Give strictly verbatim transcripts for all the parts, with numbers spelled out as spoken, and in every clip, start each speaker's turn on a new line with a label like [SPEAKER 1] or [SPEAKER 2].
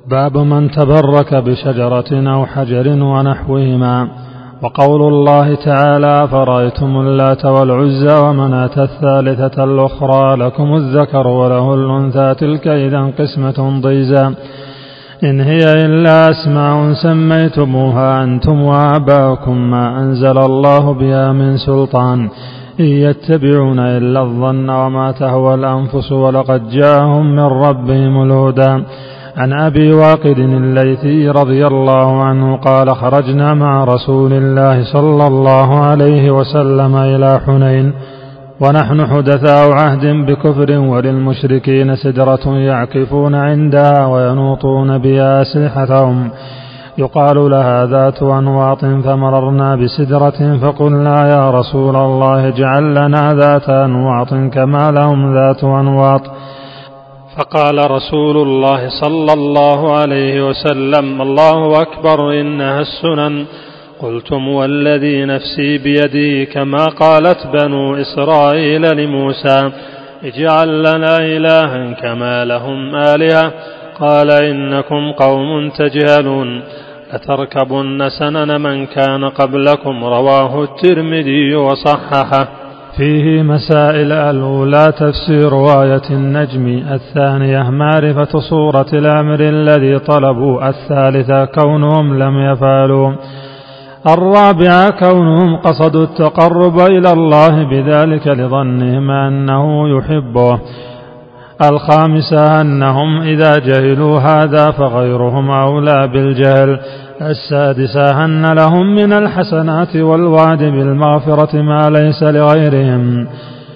[SPEAKER 1] باب من تبرك بشجرة أو حجر ونحوهما. وقول الله تعالى: فرأيتم اللات والعزى ومناة الثالثة الأخرى لكم الذكر وله الأنثى تلك إذا قسمة ضيزى إن هي إلا أسماء سميتموها أنتم وآباؤكم ما أنزل الله بها من سلطان إن يتبعون إلا الظن وما تهوى الأنفس ولقد جاءهم من ربهم الهدى. عن أبي واقد الليثي رضي الله عنه قال: خرجنا مع رسول الله صلى الله عليه وسلم إلى حنين ونحن حدثاء عهد بكفر وللمشركين سدرة يعكفون عندها وينوطون بها أسلحتهم يقال لها ذات أنواط، فمررنا بسدرة فقلنا: يا رسول الله اجعل لنا ذات أنواط كما لهم ذات أنواط. فقال رسول الله صلى الله عليه وسلم: الله أكبر إنها السنن. قلتم: والذي نفسي بيدي كما قالت بنو إسرائيل لموسى اجعل لنا إلها كما لهم آلهة. قال: إنكم قوم تجهلون لتركبن سنن من كان قبلكم. رواه الترمذي وصححه. فيه مسائل: الأولى تفسير آية النجم، الثانية معرفة صورة الأمر الذي طلبوا، الثالثة كونهم لم يفعلوا، الرابعة كونهم قصدوا التقرب إلى الله بذلك لظنهم أنه يحبه، الخامسة أنهم إذا جهلوا هذا فغيرهم أولى بالجهل، السادسة أن لهم من الحسنات والوعد بالمغفرة ما ليس لغيرهم،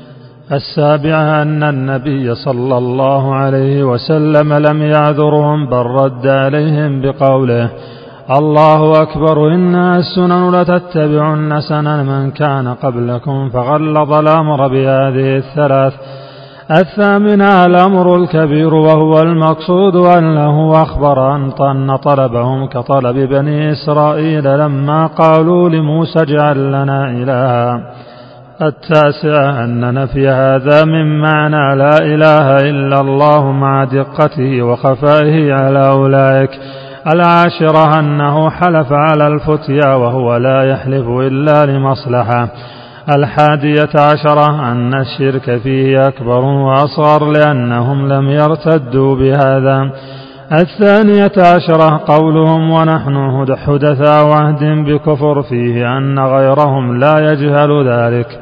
[SPEAKER 1] السابعة أن النبي صلى الله عليه وسلم لم يعذرهم بل رد عليهم بقوله: الله أكبر إنها السنن لتتبعن سنن من كان قبلكم، فغلظ الأمر بهذه الثلاث. الثامنة الأمر الكبير وهو المقصود أنه أخبر أن طلبهم كطلب بني إسرائيل لما قالوا لموسى اجعل لنا إلها. التاسعة أن نفي هذا من معنى لا إله إلا الله مع دقته وخفائه على أولئك. العاشرة أنه حلف على الفتيا وهو لا يحلف إلا لمصلحة. الحادية عشرة أن الشرك فيه أكبر وأصغر لأنهم لم يرتدوا بهذا. الثانية عشرة قولهم ونحن حدثاء عهد بكفر فيه أن غيرهم لا يجهل ذلك.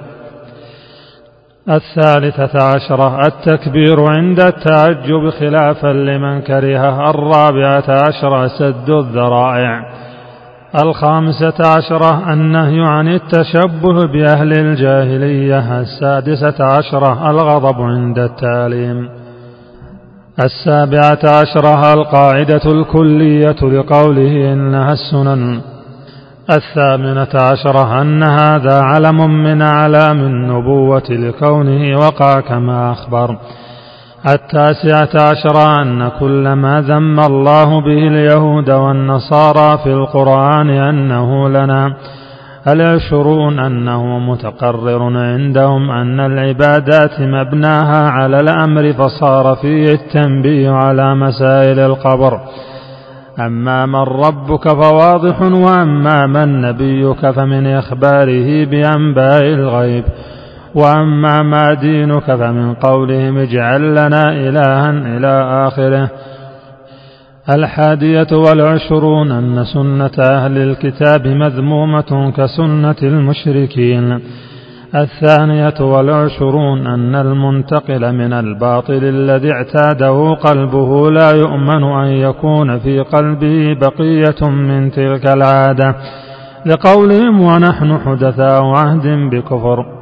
[SPEAKER 1] الثالثة عشرة التكبير عند التعجب خلافا لمن كرهه. الرابعة عشرة سد الذرائع. الخامسة عشرة النهي عن التشبه بأهل الجاهلية. السادسة عشرة الغضب عند التعليم. السابعة عشرة القاعدة الكلية لقوله إنها السنن. الثامنة عشرة أن هذا علم من أعلام النبوة لكونه وقع كما أخبر. التاسعة عشرة أن كل ما ذم الله به اليهود والنصارى في القرآن أنه لنا. العشرون أنه متقرر عندهم أن العبادات مبناها على الأمر فصار فيه التنبيه على مسائل القبر. أما من ربك فواضح، وأما من نبيك فمن إخباره بأنباء الغيب، وأما ما دينك فمن قولهم اجعل لنا إلها إلى آخره. الحادية والعشرون أن سنة أهل الكتاب مذمومة كسنة المشركين. الثانية والعشرون أن المنتقل من الباطل الذي اعتاده قلبه لا يؤمن أن يكون في قلبه بقية من تلك العادة، لقولهم ونحن حدثاء عهد بكفر.